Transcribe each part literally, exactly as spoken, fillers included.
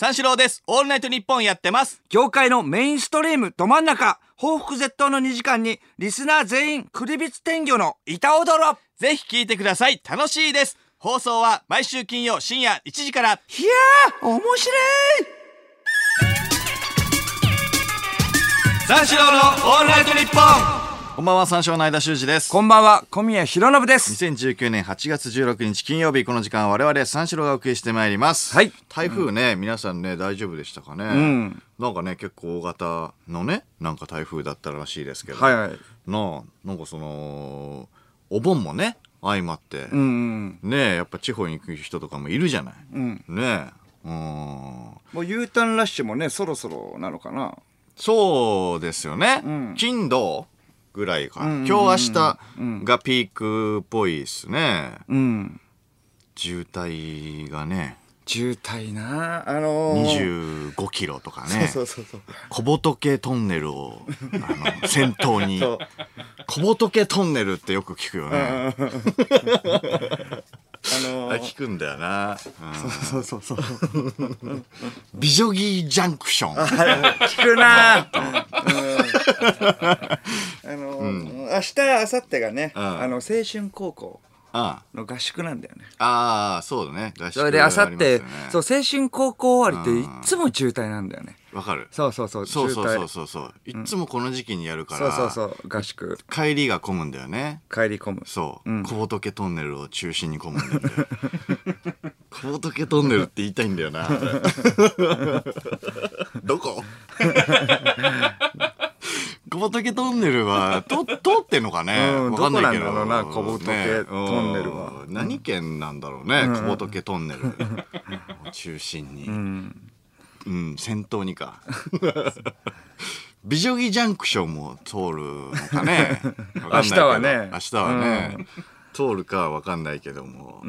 三四郎です。オールナイトニッポンやってます。 業界のメインストリームど真ん中、報復絶倒のにじかんにリスナー全員クリビツ天魚の板踊ろ。 ぜひ聞いてください。楽しいです。放送は毎週金曜深夜いちじから。いやー面白い。 三四郎のオールナイトニッポン。こんばんは、三四郎の間修二です。 こんばんは、小宮浩信です。 にせんじゅうきゅうねんはちがつじゅうろくにち金曜日、この時間我々三四郎がお送りしてまいります。 はい。 台風ね、うん、皆さんね大丈夫でしたかね。うん、なんかね結構大型のねなんか台風だったらしいですけど、 はいはい、 ななんかそのお盆もね相まって、 うんうん、 ねやっぱ地方に行く人とかもいるじゃない。うん、ねうん、もう U ターンラッシュもねそろそろなのかな。 そうですよね。うん、金土ぐらいか、うんうんうん、今日明日がピークっぽいですね。うん、渋滞がね。 渋滞な、あのー、 にじゅうごキロとかね。 そうそうそうそう。 小仏トンネルをあの先頭に小仏トンネルってよく聞くよね。あのー、聞くんだよな。 そうそうそうそう。 美女木ジャンクション。 聞くな。あのーうん、明日明後日がね、あの青春高校の合宿なんだよね。 ああそうだね。合宿それで明後日、そう青春高校終わりっていつも渋滞なんだよね。 わかる。 そうそうそう。 そうそうそうそうそう。いつもこの時期にやるから。 うん、そうそうそう合宿。 帰りが混むんだよね。 帰り混む。 そう。うん、小仏トンネルを中心に混むんだよ。小仏トンネルって言いたいんだよな。どこ？小仏トンネルはと通ってんのかね、うん、分かんないけど、 どこなんだろうな小仏トンネルは、 ね、何県なんだろうね、うん、小仏トンネルを中心に、うんうん、先頭にか美女木ジャンクションも通るのかね明日はね明日はね、うん、通るかは分かんないけども、うん、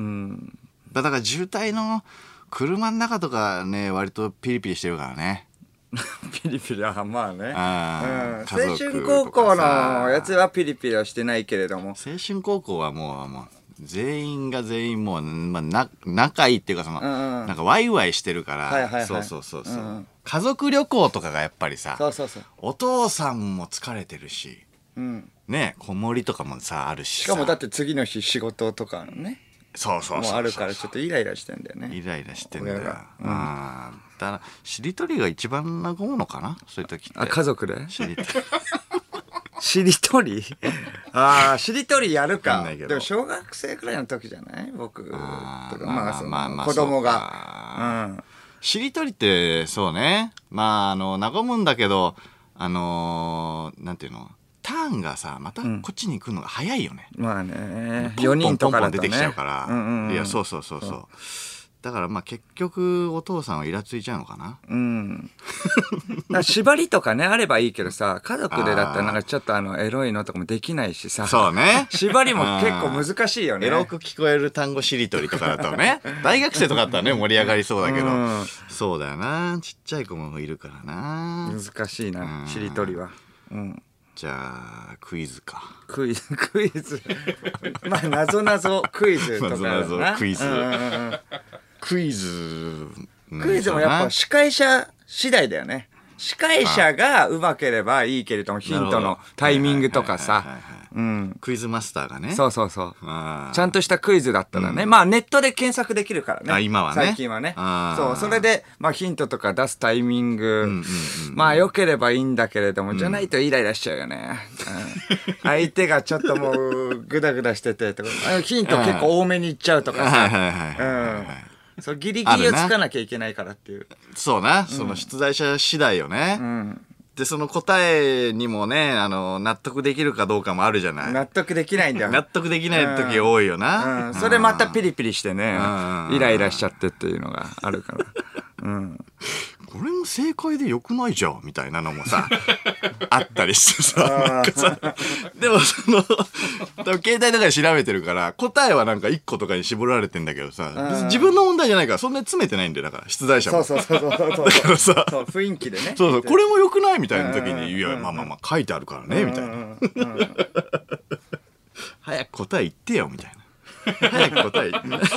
だから渋滞の車の中とかね割とピリピリしてるからね。 ピリピリはまあね、 あ、 うん、青春高校のやつはピリピリはしてないけれども、 青春高校はもう、もう全員が全員もう、まあ、な仲いいっていうかその、うんうん、なんかワイワイしてるから、はいはいはい、そうそうそうそう、うんうん、家族旅行とかがやっぱりさ、 そうそうそう、 お父さんも疲れてるし、うん、ね子守とかもさあるしさ、 しかもだって次の日仕事とかね、 そうそうそうそう、 もうあるからちょっとイライラしてんだよね。 イライラしてんだよ。うん、あだからしりとりが一番和むのかな、そういう時って。 あ、家族でしりとりしりとりああしりとりやるか。でも小学生くらいの時じゃない僕とか、まあその子供が、うん、 しりとりってそうね、まああの和むんだけど、あのー、なんていうの、ターンがさまたこっちに来るのが早いよね、 うん、まあねよにんとかだとねポンポンポンポン出てきちゃうから、うんうんうん、いやそうそうそうそう、うん、だからまあ結局お父さんはイラついちゃうのかな、うん、 だ縛りとかねあればいいけどさ、家族でだったらなんかちょっとあのエロいのとかもできないしさ、 そうね縛りも結構難しいよね。 エロく聞こえる単語しりとりとかだとね大学生とかだったらね盛り上がりそうだけど、うん、そうだよな、ちっちゃい子もいるからな、 難しいな、うん、しりとりは、うん、 じゃあクイズか。 クイズクイズまあなぞなぞクイズとかなぞなぞクイズ、うんうんうん、クイズクイズもやっぱ司会者次第だよね。司会者がうまければいいけれども、ヒントのタイミングとかさ、 クイズマスターがね、 そうそうそう、ちゃんとしたクイズだったらね、うん、まあネットで検索できるからね、 あ今はね、 最近はね、そうそれでまあヒントとか出すタイミング、うんうんうん、まあ良ければいいんだけれども、うん、じゃないとイライラしちゃうよね、うん、相手がちょっともうグダグダしててとか、ヒント結構多めにいっちゃうとかさ、そうギリギリをつかなきゃいけないからっていう。 そうな、うん、その出題者次第よね、うん、でその答えにもねあの納得できるかどうかもあるじゃない。 納得できないんだよ納得できない時多いよな、 うんうん、それまたピリピリしてね、イライラしちゃってっていうのがあるから、うん、 これも正解でよくないじゃんみたいなのもさあったりしてさ、なんかさでもその多分携帯とかで調べてるから答えはなんかいっことかに絞られてんだけどさ、別に自分の問題じゃないからそんなに詰めてないんだよ、だから出題者も。 そうそうそうそうそう、 だからさ、 そう雰囲気でね、 そうそうこれもよくないみたいな時に、いやまあまあまあ書いてあるからねみたいな、早く答え言ってよみたいな、早く答え言って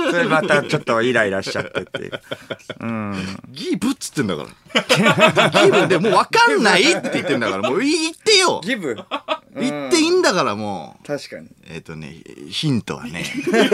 それまたちょっとイライラしちゃってっていう。うん。 ギブっつってんだから。ギブでもう分かんないって言ってんだから、もう言ってよ。 ギブ言っていいんだからもう。 確かに。 えっとね、ヒントはね。いや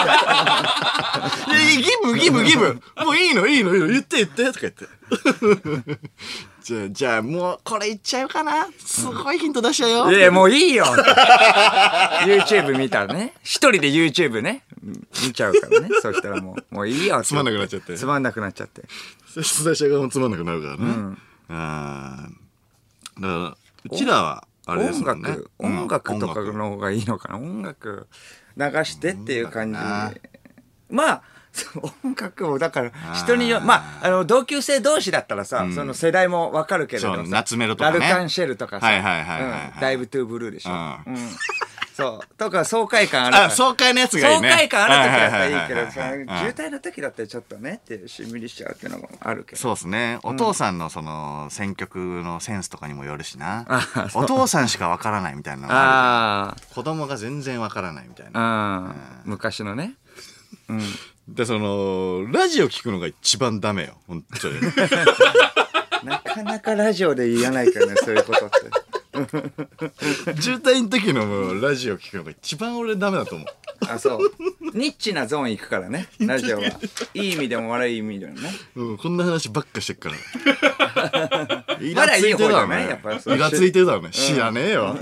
いや、ギブ、ギブ、ギブ。もういいの、いいの、いいの。言って言ってとか言って。じゃあ、じゃあもうこれ言っちゃうかな。すごいヒント出しちゃうよ。 いや、もういいよ。YouTube 見たらね。一人で YouTube ね。見ちゃうからね。そしたらもう、もういいよ。 つまんなくなっちゃって。 つまんなくなっちゃって。 出題者側もつまんなくなるからね。うん、ああ。だから、うちらは、あれですもんね。 音楽、音楽とかの方がいいのかな。音楽流してっていう感じ。まあ、音楽をだから人によまああの同級生同士だったらさ、うん、その世代もわかるけれども夏メロとかねラルカンシェルとかさダイブトゥーブルーでしょ、うんうん、そうとか爽快感あるあ爽快のやつがいいね爽快感ある時だったらいいけどさ渋滞の時だってちょっとねってしんみりしちゃうっていうのもあるけどそうですねお父さんのその選曲のセンスとかにもよるしな、うん、お父さんしかわからないみたいなのもある子供が全然わからないみたいな、 うん、昔のねうんでそのラジオ聞くのが一番ダメよ本当になかなかラジオで言わないからねそういうことって渋滞の時のもうラジオ聞くのが一番俺ダメだと思うあそうニッチなゾーン行くからねラジオはいい意味でも悪い意味でもね、 うん、こんな話ばっかしてっからイラついてるだろうねやっぱイラついてるだろうね、うん、知らねえよ、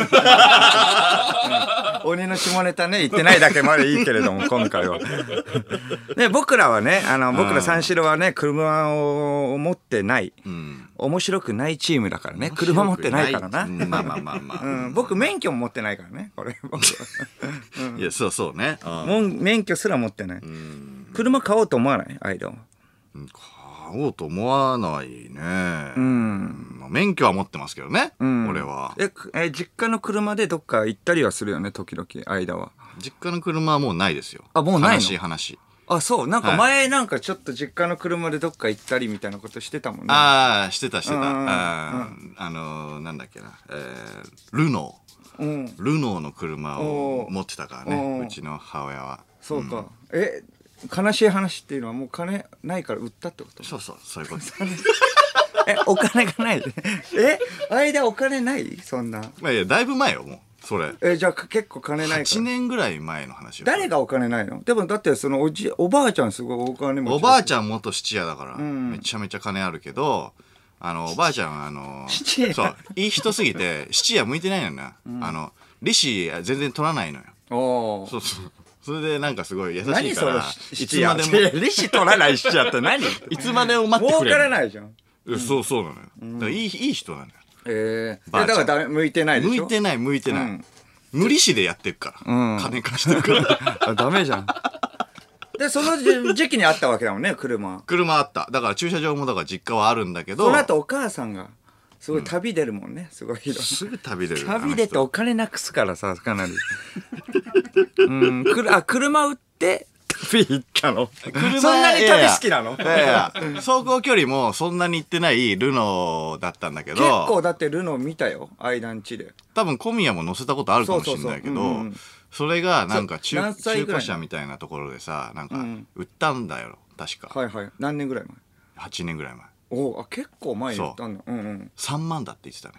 うん、鬼の下ネタね言ってないだけまでいいけれども今回はね僕らはねあの僕ら三四郎はね車を持ってない、うん、面白くないチームだからね車持ってないからなまあまあまあまあ、 うん、僕免許も持ってないからねこれ僕は、 うん、いやそうそうねもう免許すら持ってない車買おうと思わない間は買おうと思わないねうん免許は持ってますけどね、うん、俺はええ実家の車でどっか行ったりはするよね時々間は実家の車はもうないですよあもうないの悲しい話あそうなんか前なんかちょっと実家の車でどっか行ったりみたいなことしてたもんねああしてたしてたああのー、なんだっけな、えー、ルノー、うん、ルノーの車を持ってたからねうちの母親はそうか、うん、え悲しい話っていうのはもう金ないから売ったってことそうそうそういうことえお金がないえ間お金ないそんなまあいやだいぶ前よもうそれえじゃあ結構金ないからはちねんぐらい前の話よ誰がお金ないのでもだってそのおじおばあちゃんすごいお金持ちおばあちゃん元質屋だから、うん、めちゃめちゃ金あるけどあのおばあちゃんはあのそういい人すぎて質屋向いてないのよな、うん、あの利子全然取らないのよおそうそうそれでなんかすごい優しいからいつまでも利子取らない質屋って何いつまでも待ってくれる儲からないじゃん、 うん、そうそうなのよ、うん、だからいいいい人なのよええー、だからダメ向いてないでしょ向いてない向いてない、うん、無利子でやってるから、うん、金貸してるからダメじゃんでその時期にあったわけだもんね車車あっただから駐車場もだから実家はあるんだけどその後お母さんがすごい旅出るもんね、うん、すごいひどいすぐ旅出る旅出てお金なくすからさかなりうんくるあ車売って旅行ったのそんなに旅好きなのいやいや走行距離もそんなに行ってないルノーだったんだけど結構だってルノー見たよ間んちで多分小宮も乗せたことあるかもしれないけどそれがなんか 中, 中古車みたいなところでさなんか売ったんだよ確かはいはい何年ぐらい前はちねんぐらい前おあ結構前に売ったんだ、うんうん、 さんまんだって言ってたね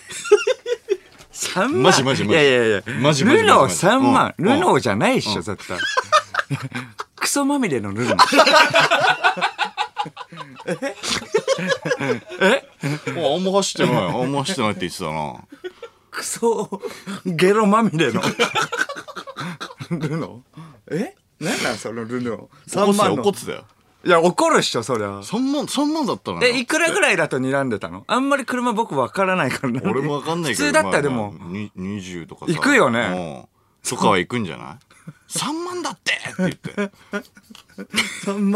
さんまんマジマジマジいやいやいやマジマジルノーさんまん、うん、ルノーじゃないっしょ絶対クソまみれのルノーええあんま走ってないあんま走ってないって言ってたなクソゲロまみれのルノーえなんなんそのルノーさんまんの怒ってたよいや怒るっしょそりゃさんまんさんまんだったのえいくらぐらいだと睨んでたのあんまり車僕分からないから俺も分かんないけど普通だったらでも、 まあまあ、にじゅうとかさ行くよねとかは行くんじゃないさんまんだってって言ってさんまん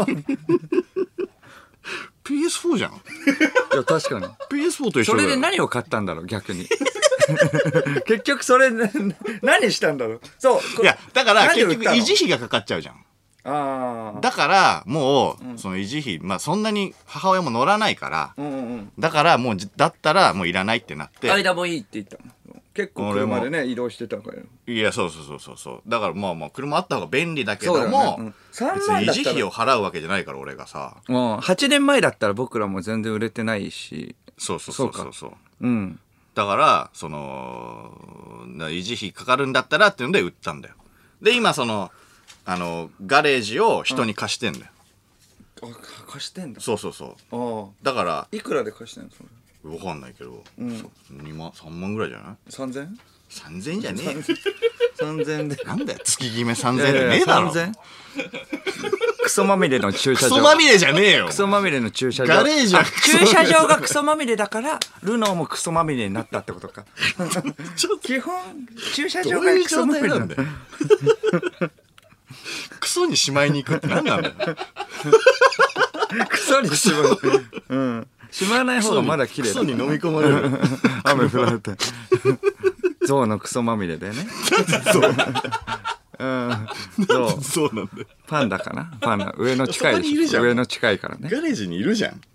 ピーエスフォー じゃんいや確かにピーエスフォー と一緒だよそれで何を買ったんだろう逆に結局それ何したんだろうそういやだから結局維持費がかかっちゃうじゃんあだからもう、うん、その維持費まあそんなに母親も乗らないから、うんうんうん、だからもうだったらもういらないってなって間もいいって言ったの結構車でね移動してたから。 いやそうそうそうそうそうだからまあまあ車あった方が便利だけども、 そうだよねうん、さんまんだったら別に維持費を払うわけじゃないから俺がさ。 もうはちねんまえだったら僕らも全然売れてないし。 そうそうそうそうそううんだからその維持費かかるんだったらっていうので売ったんだよ。で今そのあのガレージを人に貸してんだよ、 あ貸してんだ。 そうそうそうああだからいくらで貸してんのそれ。 わかんないけど、 うんにまんさんまんぐらいじゃないさんぜんさんぜんじゃねえよさんぜんでなんだよ月決めさんぜんじゃねえだろ。 さんぜんクソまみれの駐車場。 クソまみれじゃねえよ。 クソまみれの駐車場。 ガレージはあ駐車場がクソまみれだからルノーもクソまみれになったってことか。基本駐車場がクソまみれなんだよ。 クソにしまいに行くって何なんだよ。 クソにしまう。うんしまわない方がまだ綺麗だ。 クソに飲み込まれる。 雨降られて。象のクソまみれでね。 そううんそうそうなんだよ。 パンダかなパンダ上の近いでしょ。上の近いからね。 ガレージにいるじゃん。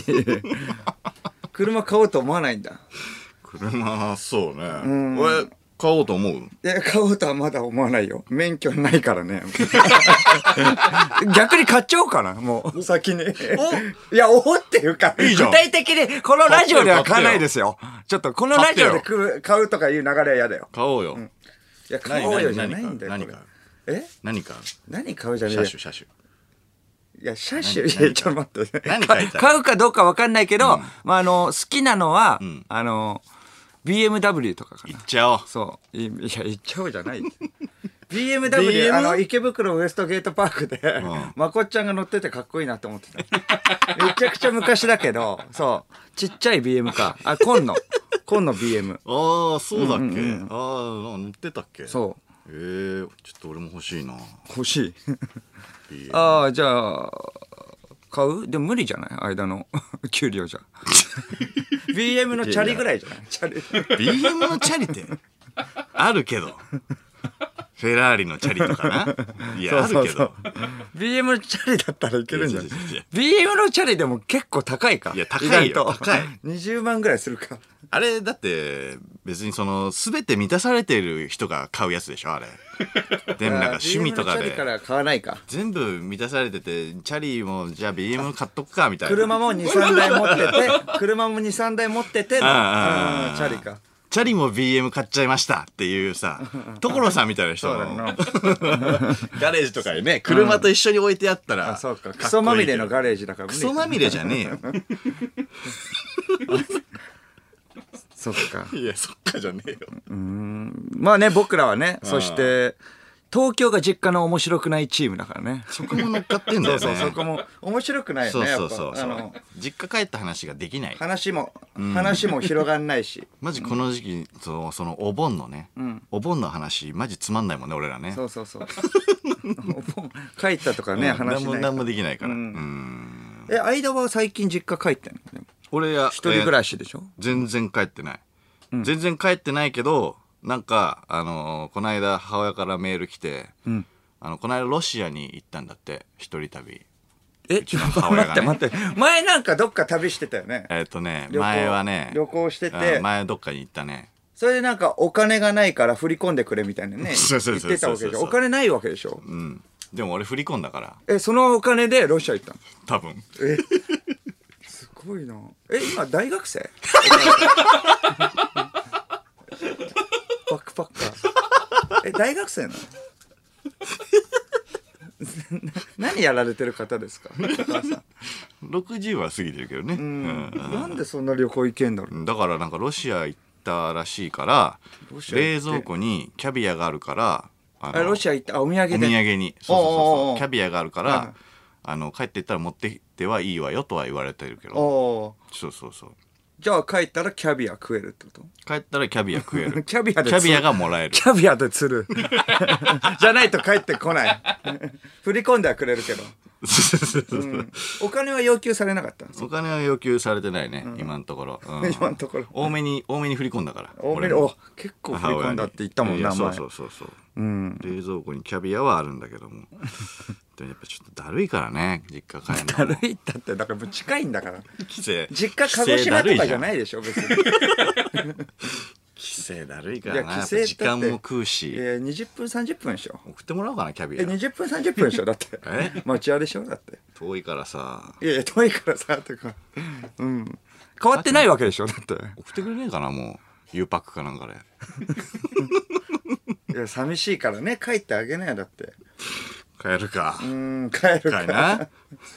車買おうと思わないんだ。 車そうね。 ん俺買おうと思う。 いや買おうとはまだ思わないよ。免許ないからね。逆に買っちゃおうかなもう先に。いやおっていうかいいじゃん具体的にこのラジオでは買わないですよ。ちょっとこのラジオで買う買うとかいう流れは嫌だよ。 買おうよ。 いや買おうよじゃないんだよ。 何買う？ え何買う？ 何買うじゃねえよ。 車種車種。 いや車種何いやちょっと待って何買いたい買うかどうかわかんないけど、まああの好きなのは、 んあの ビーエムダブリュー とかかな行っちゃおう。 そういいや行っちゃおうじゃない ビーエムダブリュービーエムあの池袋ウエストゲートパークで、 んまこっちゃんが乗っててかっこいいなと思ってためちゃくちゃ昔だけどそうちっちゃい ビーエム かあ紺の紺の ビーエムああそうだっけ、 うんうんうんああ乗ってたっけ。 そうええー、ちょっと俺も欲しいな。 欲しいビーエムああじゃあ買うでも無理じゃない間の給料じゃビーエム のチャリぐらいじゃないチャリビーエム のチャリってあるけどフェラーリのチャリとかないやあるけどビーエム のチャリだったらいけるんじゃないいやいやいやビーエム のチャリでも結構高いかいや高いよ意外と高いにじゅうまんぐらいするかあれだって別にその全て満たされてる人が買うやつでしょあれでもなんか趣味とかビーエム のチャリでから買わないか全部満たされててチャリもじゃあ ビーエム 買っとくかみたいな。 車もにさんだい持ってて車もにさんだい持っててのああうんチャリかチャリも ビーエム 買っちゃいましたっていうさ所さんみたいな人そうだのなガレージとかにね車と一緒に置いてあったら、 あそうかっこいいクソまみれのガレージだから無ク理ソまみれじゃねえよそっかいやそっかじゃねえよまあね僕らはねそして東京が実家の面白くないチームだからねそこも乗っかってんだよねそうそうそこも面白くないよそうねやっそうそうそうぱあの実家帰った話ができない話も話も広がんないしマジこの時期そのそのお盆のね、お盆の話マジつまんないもんね俺らねそうそうそうお盆帰ったとかねうん話しない何も何もできないから、 うんうんえ間は最近実家帰ってんの俺や一人暮らしでしょ全然帰ってない、全然帰ってないけどなんかあのーこの間母親からメール来て、 んあのこの間ロシアに行ったんだって一人旅えちの母親がね待って待って前なんかどっか旅してたよねえっ、とね旅行前はね旅行しててうん前どっかに行ったねそれでなんかお金がないから振り込んでくれみたいなねそうそうそうそう言ってたわけでしょお金ないわけでしょうんでも俺振り込んだからえそのお金でロシア行ったの多分えすごいなえ今大学生バックパッカーえ大学生なの何やられてる方ですかお母さんろくじゅうは過ぎてるけどね、うんなんでそんな旅行行けんだろうだからなんかロシア行ったらしいからロシア行って冷蔵庫にキャビアがあるからああロシア行ったあお土産でお土産にそうそうそうおうおうおそううキャビアがあるから、 はいあの帰っていったら持ってきてはいいわよとは言われてるけどおーそうそうそうじゃあ帰ったらキャビア食えるってこと帰ったらキャビア食えるキャビアでキャビアががもらえるキャビアで釣るじゃないと帰ってこない振り込んではくれるけど、うん、お金は要求されなかったお金は要求されてないね、今のところ、うん今のところ多めに多めに振り込んだから多めに俺もお結構振り込んだって言ったもんな前いやそうそうそうそう、 うん冷蔵庫にキャビアはあるんだけどもでもやっぱちょっとだるいからね実家帰るのだるいったってだからもう近いんだから帰省実家鹿児島とかじゃないいでしょ別に帰省だるいからな。 いや帰省だって時間も食うし。 えー、にじゅっぷんさんじゅっぷんでしょ。 送ってもらおうかなキャビえア。 にじゅっぷんさんじゅっぷんでしょだってえ待合でしょだって。 遠いからさ。 いやいや遠いからさとかうん変わってないわけでしょだって。 送ってくれねえかなもう U パックかなんかで。 いや寂しいからね帰ってあげなよだって。 帰るか。 うーん帰るか帰な。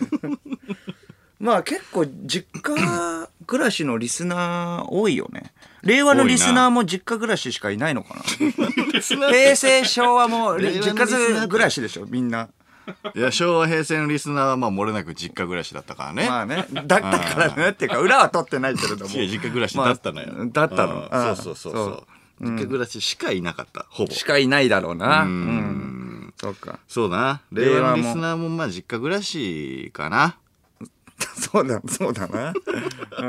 まあ結構実家暮らしのリスナー多いよね。令和のリスナーも実家暮らししかいないのかな。平成昭和も実家暮らしでしょみんな。 いや昭和平成のリスナーはまあ漏れなく実家暮らしだったからね。 まあねだったからねっていうか裏は取ってないけれども。 いや実家暮らしだったのよ。 まあ、だったの。 そうそうそうそう。実家暮らししかいなかったほぼ。 しかいないだろうな。ううん。 そうか。 そうだな。令和のリスナーもまあ実家暮らしかな。 そうだそうだな。うん。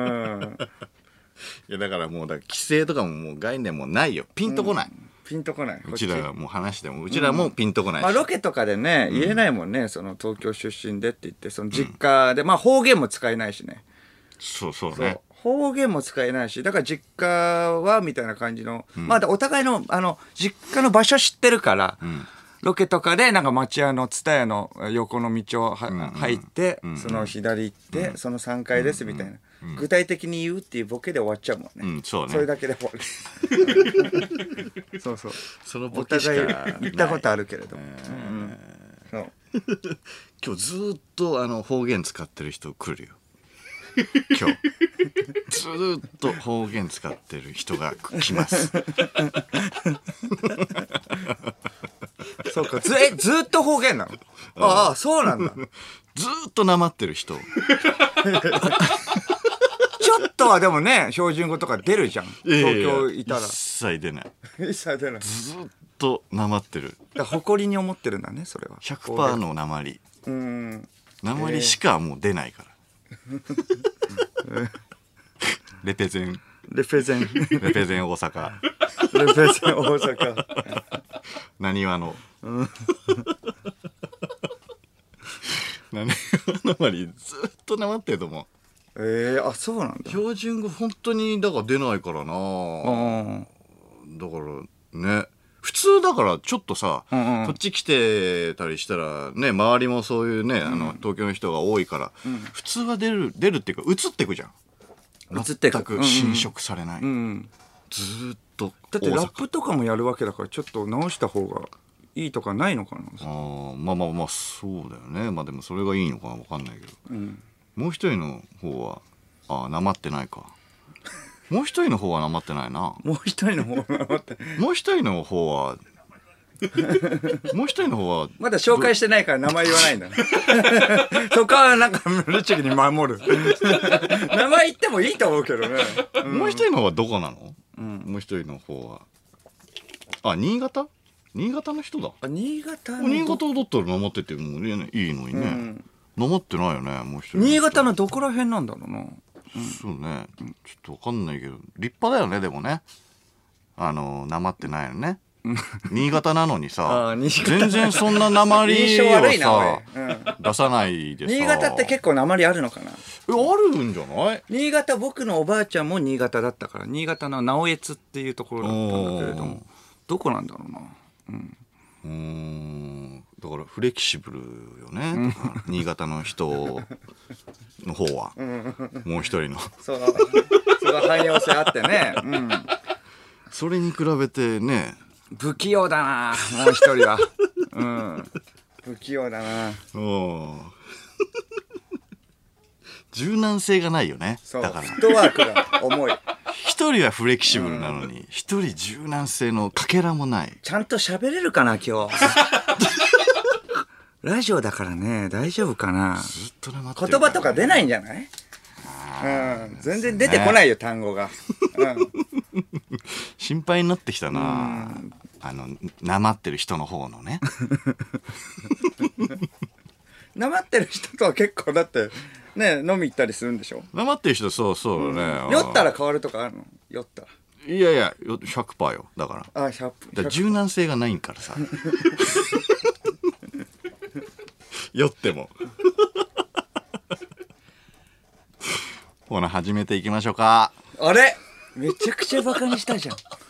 いやだからもうだから規制とかももう概念もないよ。ピンとこない。 うんピンとこない。 うちらがもう話してもうちらもピンとこないし、 まあ、ロケとかでね言えないもんね、その東京出身でって言ってその実家で、まあ方言も使えないしね。 そうそうね。 方言も使えないしだから実家はみたいな感じの、まあお互いのあの実家の場所知ってるから、ロケとかでなんか町屋の蔦屋の横の道をは、入って、その左行って、そのさんかいですみたいな、具体的に言うっていうボケで終わっちゃうもんね。 うん、そうね。 それだけで終わる。そうそう。 そのボケしかお互い行ったことあるけれども。そう。 今日ずーっとあの方言使ってる人来るよ。今日ずーっと方言使ってる人が来ます。 そうかずえずーっと方言なの。ああそうなんだ。 ずーっとなまってる人。 ちょっとはでもね標準語とか出るじゃん。東京いたら一切出ない。 一切出ない。 ずーっとなまってる。 だ誇りに思ってるんだねそれは。 ひゃくパーセント のなまり。 うんなまりしかもう出ないから。レペゼンレペゼンレペゼン大阪レペゼン大阪なにわのなにわなまりずっとなまってると思う。 えー、あそうなんだ。 標準語本当にだから出ないからな。 うんだからね普通だからちょっとさ、 うんうん、 こっち来てたりしたらね周りもそういうね、うん、あの東京の人が多いから、うん、普通は出る出るっていうか移ってくじゃん。 移ってく全く侵食されない、 うんうん、 ずーっとだってラップとかもやるわけだからちょっと直した方がいいとかないのかな。 あまあまあまあそうだよね。まあでもそれがいいのかな分かんないけど、うん、もう一人の方はあなまってないか。もう一人の方はなまってないな。 もう一人の方はなまってもう一人の方はもう一人の方はまだ紹介してないから名前言わないんだね。そこはなんか律儀に守る。名前言ってもいいと思うけどね、 うん、もう一人の方はどこなの、うん、もう一人の方はあ新潟新潟の人だ。 あ新潟の新潟だったらなまっててもいいのにね、うん、なまってないよねもう一人。 新潟のどこら辺なんだろうな。 うん、そうね、ちょっと分かんないけど立派だよね。でもねあのなまってないよね。新潟なのにさ全然そんななまりをさ、うん、出さないでさ。 新潟って結構なまりあるのかな。 えあるんじゃない。 新潟僕のおばあちゃんも新潟だったから新潟の直江津っていうところだったんだけれどもどこなんだろうな。うんうーんだからフレキシブルよね、うん、新潟の人の方は、うん、もう一人のそうその汎用性あってね、うん、 それに比べてね不器用だなもう一人は、うん、不器用だな。 お柔軟性がないよね。 そうだからフットワークが重い。 一人はフレキシブルなのに一、うん、人柔軟性のかけらもない。 ちゃんと喋れるかな今日。ラジオだからね大丈夫かな。 ずっとなまってるからね、 言葉とか出ないんじゃない。うん、全然出てこないよ、ね、単語が、うん、 心配になってきたな、うん、あのなまってる人の方のね。 なまってる人とは結構だってね飲み行ったりするんでしょ。 なまってる人そうそうね、 うん、酔ったら変わるとかあるの。酔ったらいやいや ひゃくパーセント よだからあひゃくだから柔軟性がないんからさ。酔っても。ほな始めていきましょうか。 あれめちゃくちゃバカにしたじゃん。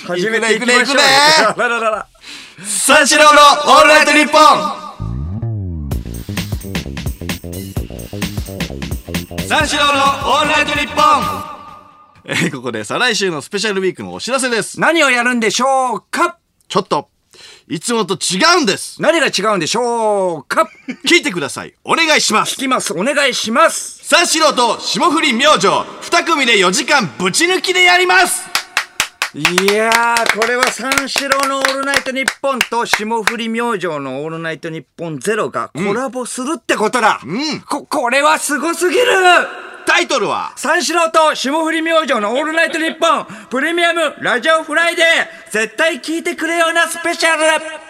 初めて行きましょう。 行くね行くねらららら。 三四郎のオールナイトニッポン三四郎のオールナイトニッポンえー、ここで再来週のスペシャルウィークのお知らせです。 何をやるんでしょうか。 ちょっといつもと違うんです。 何が違うんでしょうか。 聞いてください。お願いします。 聞きます。お願いします。 三四郎と霜降り明星二組でよじかんぶち抜きでやります。 いやー、これは三四郎のオールナイトニッポンと霜降り明星のオールナイトニッポンゼロがコラボするってことだ。 うん、 こ、これはすごすぎる。 タイトルは三四郎と霜降り明星のオールナイトニッポンプレミアムラジオフライデー絶対聞いてくれよなスペシャル。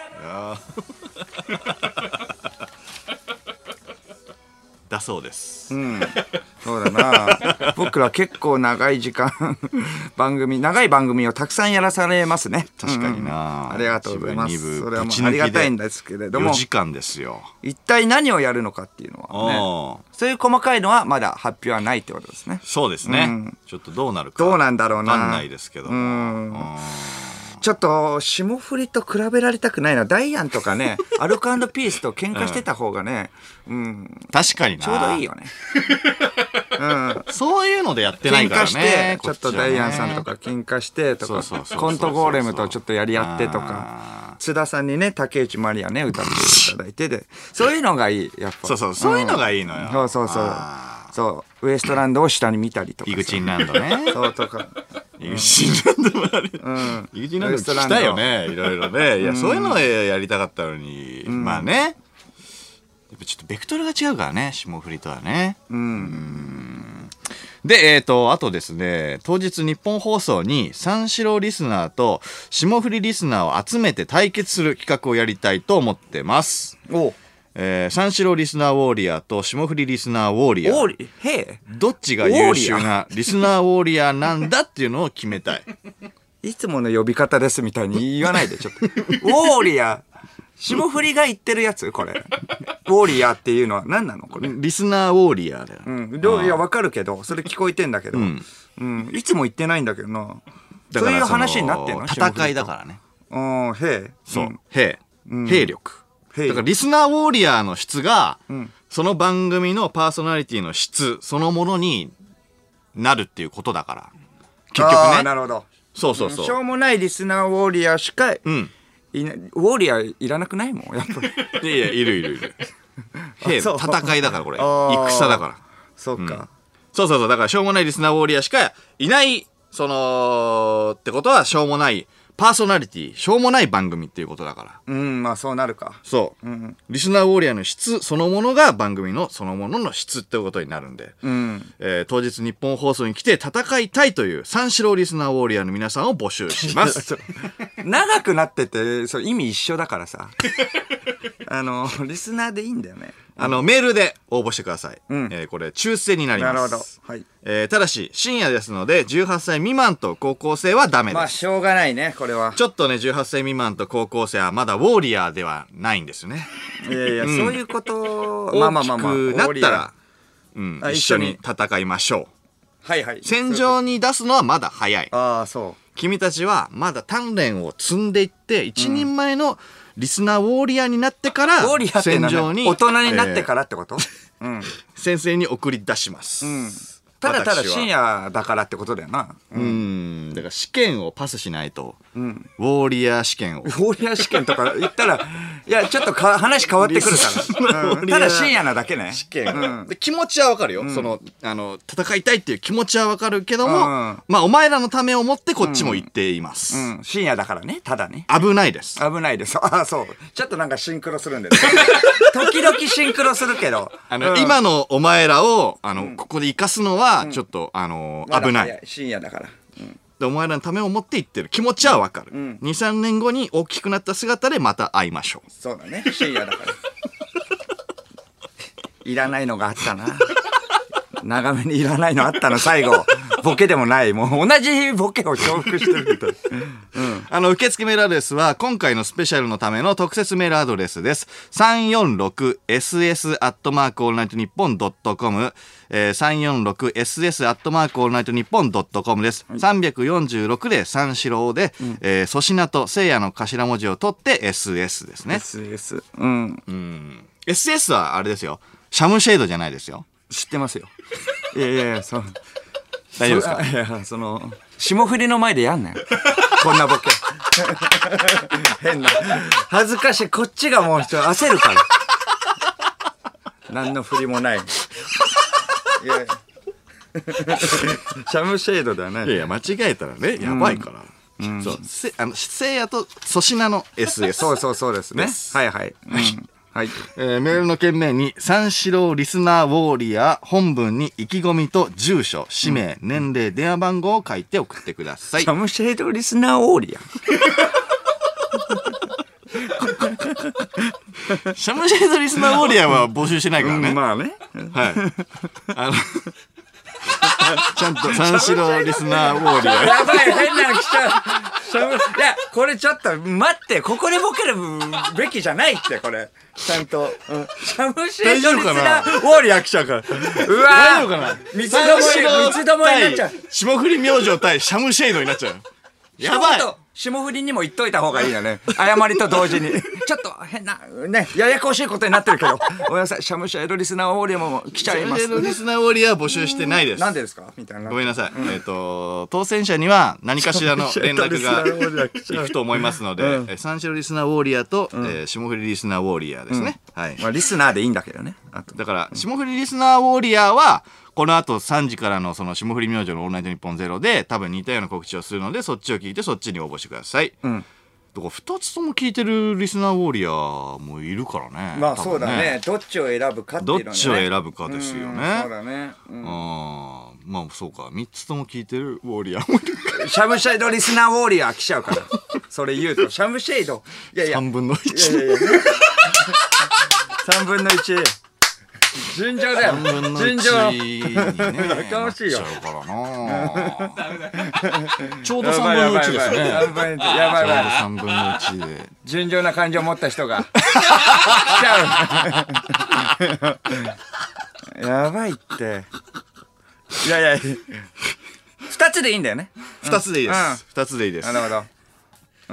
だそうです。 うん、そうだな。僕ら結構長い時間番組長い番組をたくさんやらされますね。 確かにな、 うん、ありがとうございます。それはもうありがたいんですけれども、 よじかんですよ。 一体何をやるのかっていうのはね、そういう細かいのはまだ発表はないってことですね。 そうですね、うん、ちょっとどうなるかどうなんだろうな、 分かんないですけども、うんちょっと霜降りと比べられたくないな。ダイアンとかねアルコ&ピースと喧嘩してた方がね、うん、 確かになちょうどいいよね。うん、 そういうのでやってないからね。 喧嘩してちょっとダイアンさんとか喧嘩してとかコントゴーレムとちょっとやり合ってとか津田さんにね竹内まりやね歌っていただいてでそういうのがいい。やっぱそうそうそういうのがいいのよ、 うん、そうそうそうそうウエストランドを下に見たりとかイグチンランドねそうとかイグチンランドもある、うん、イグチンランド聞きたいよねいろいろね。いや、うん、そういうのをやりたかったのに、うん、まあねやっぱちょっとベクトルが違うからね霜降りとはね。うん、うんでえっ、ー、とあとですね当日日本放送に三四郎リスナーと霜降りリスナーを集めて対決する企画をやりたいと思ってます。おえー、三四郎リスナーウォーリアーと霜降りリスナーウォーリアーーへどっちが優秀なリスナーウォーリアーなんだっていうのを決めたい。 いつもの呼び方ですみたいに言わないでちょっとウォーリアー霜降りが言ってるやつこれウォーリアーっていうのは何なのこれ。 リスナーウォーリアーだよ、 うん、どういや分かるけどそれ聞こえてんだけど、うんうん、いつも言ってないんだけどな。だからそういう話になってんの戦いだからね。 ああ兵そう、うん、兵、うん、兵力だからリスナーウォーリアーの質が、うん、その番組のパーソナリティの質そのものになるっていうことだから結局ね。 あなるほど。 そうそうそう、 しょうもないリスナーウォーリアーしか、うん、いなウォーリアーいらなくないもんやっぱり。いやいるいるいる兵戦いだからこれ戦だからそうか、うん、 そうそうそうだからしょうもないリスナーウォーリアーしかいないそのってことはしょうもないパーソナリティしょうもない番組っていうことだから。 うんまあそうなるか。 そう、うん、リスナーウォーリアーの質そのものが番組のそのものの質ってことになるんで、うんえー、当日日本放送に来て戦いたいという三四郎リスナーウォーリアーの皆さんを募集します。 長くなっててそう意味一緒だからさあのリスナーでいいんだよね。 あのメールで応募してください、うんえー、これ抽選になります。 なるほど、はいえー、ただし深夜ですのでじゅうはっさい未満と高校生はダメです。 まあしょうがないねこれは。 ちょっとねじゅうはっさい未満と高校生はまだウォーリアーではないんですよね。 いやいや、うん、そういうことまあまあまあまあ大きくなったら、うん、一緒に戦いましょう。 はいはい戦場に出すのはまだ早い。 ああそう君たちはまだ鍛錬を積んでいって一人前のリスナーウォーリアーになってから、 ウォーリアーって戦場に大人になってからってこと、 えーうん、先生に送り出します、うん、 ただただ深夜だからってことだよな。 うん、うんだから試験をパスしないと、うん、ウォーリアー試験をウォーリアー試験とか言ったらいやちょっとか話変わってくるから、うん、ただ深夜なだけね試験、うん、で気持ちはわかるよ、うん、そのあの戦いたいっていう気持ちはわかるけども、うん、まあお前らのためを思ってこっちも言っています、 うんうん、深夜だからねただね危ないです危ないですああそうちょっとなんかシンクロするんで時々シンクロするけどあの、うん、今のお前らをあの、うん、ここで生かすのはちょっと、うん、あの危ない。 深夜だから、うん、 でお前らのためを思って言ってる気持ちはわかる、うん、にさんねんごに大きくなった姿でまた会いましょう。 そうだね深夜だからいらないのがあったな長めにいらないのあったの最後ボケでもない、もう同じボケを重複してるみたい。 うん、あの受付メールアドレスは今回のスペシャルのための特設メールアドレスです。さんよんろくエスエス アットマークオールナイトニッポンドットコム、えー、さんよんろくエスエス アットマークオールナイトニッポンドットコムです。はい、さんびゃくよんじゅうろくで三四郎で、うん、えー、粗品とせいやの頭文字を取って エスエス ですね。 エスエス。うん。 うん。エスエス はあれですよ。シャムシェードじゃないですよ。 知ってますよ。いやいやいや、そう。 大丈夫ですか？ いや、その、霜降りの前でやんなよ。こんなボケ。変な。恥ずかしい。こっちがもう人焦るから。何の振りもない。いやいや。シャムシェードではない。 いやいや、間違えたらね、やばいから。うん、そう。せ、あの、せいやと粗品の エスエス。 そうそうそうですね。はいはい。うん、はい、 えー、メールの件名に三四郎リスナーウォーリアー、本文に意気込みと住所、氏名、うん、年齢、電話番号を書いて送ってください。 シャムシェードリスナーウォーリアーシャムシェードリスナーウォーリアーは募集してないからね、 うん、まあね、 はい、あのちゃんと三四郎リスナーウォーリアーやばい、変なの来ちゃう。いや、これちょっと待って、ここでボケるべきじゃないって、これちゃんと、うん、シャムシェードリスナーウォーリアー来ちゃうから。うわ大丈夫かな。 三つどもえ三つどもえになっちゃう。 霜降り明星対シャムシェードになっちゃう。やばい。 霜降りにも言っといた方がいいよね。謝りと同時に。ちょっと変な、ね、ややこしいことになってるけど。ごめんなさい、シャムシェードリスナーウォーリアーも来ちゃいます。 シャムシェードリスナーウォーリアー募集してないです。 なんでですかみたいな。 ごめんなさい。うん、えっと、当選者には何かしらの連絡がいくと思いますので、うん、三四郎リスナーウォーリアーと、うん、えー、霜降りリスナーウォーリアーですね。うん、はい。 まあ、リスナーでいいんだけどね。あとだから、霜降りリスナーウォーリアーは、この後さんじからのその霜降り明星のオールナイトニッポンゼロで多分似たような告知をするので、そっちを聞いてそっちに応募してください。うん。だからふたつとも聞いてるリスナーウォーリアーもいるからね。 まあそうだね。どっちを選ぶかっていうのね。 どっちを選ぶかですよね。 そうだね。 うん。あまあそうか。みっつとも聞いてるウォーリアーもいるから。 シャムシェードリスナーウォーリアー来ちゃうから。それ言うとシャムシェード。いやいや。 さんぶんのいち。 いやいやいやさんぶんのいち。順調だよ。順調。やかましいよ。 ちょうどさんぶんのいちですね。 やばいやばい。 さんぶんのいちで。 順調な感情を持った人が。来ちゃう。やばいって。いやいや。二つでいいんだよね。 二つでいいです。二つでいいです。 なるほど。うん。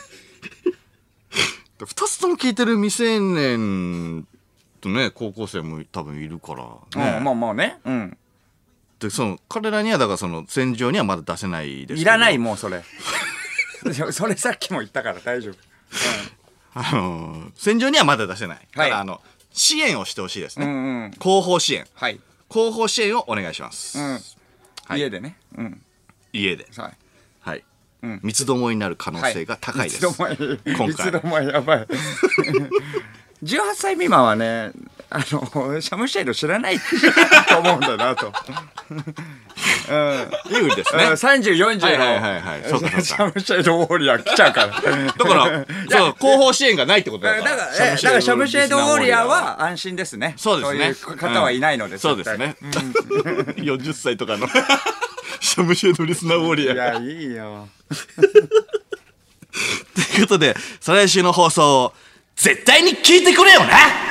二つとも聞いてる未成年。ね、高校生も多分いるからね、 うん、まあまあね、うん、 でその彼らにはだからその戦場にはまだ出せないですけど、 いらないもうそれそれさっきも言ったから大丈夫、 うん、あのー、戦場にはまだ出せない、はい、ただあの支援をしてほしいですね、うんうん、広報支援、はい、広報支援をお願いします、うんはい、家でね、うん、 家ではい、 はいうん、三つどもえになる可能性が高いです、 はい、三つどもえ今回三つどもえやばいじゅうはっさい未満はね、あのシャムシェード知らないと思うんだなと。うん、 有利ですね。 うん、さんじゅう、よんじゅうの、 はいはいはいはい、そうかそうか。 シャムシェードウォーリアー来ちゃうから。だから、そう、後方支援がないってことだから。 だから、だからシャムシェードウォーリアーは安心ですね。 そうですね。 そういう方はいないので、うん、 そうですね。うん、よんじゅっさいとかのシャムシェードリスナーウォーリアー。 いや、いいよ。 ということで、再来週の放送を絶対に聞いてくれよな。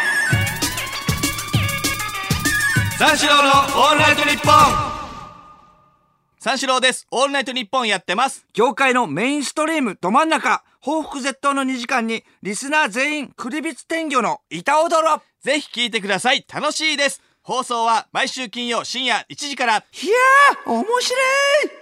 三四郎のオールナイトニッポン。三四郎です。オールナイトニッポンやってます。 業界のメインストリームど真ん中、報復絶倒のにじかんにリスナー全員クリビツ天魚の板踊ろ。 ぜひ聞いてください。楽しいです。放送は毎週金曜深夜いちじから。 いやー面白い。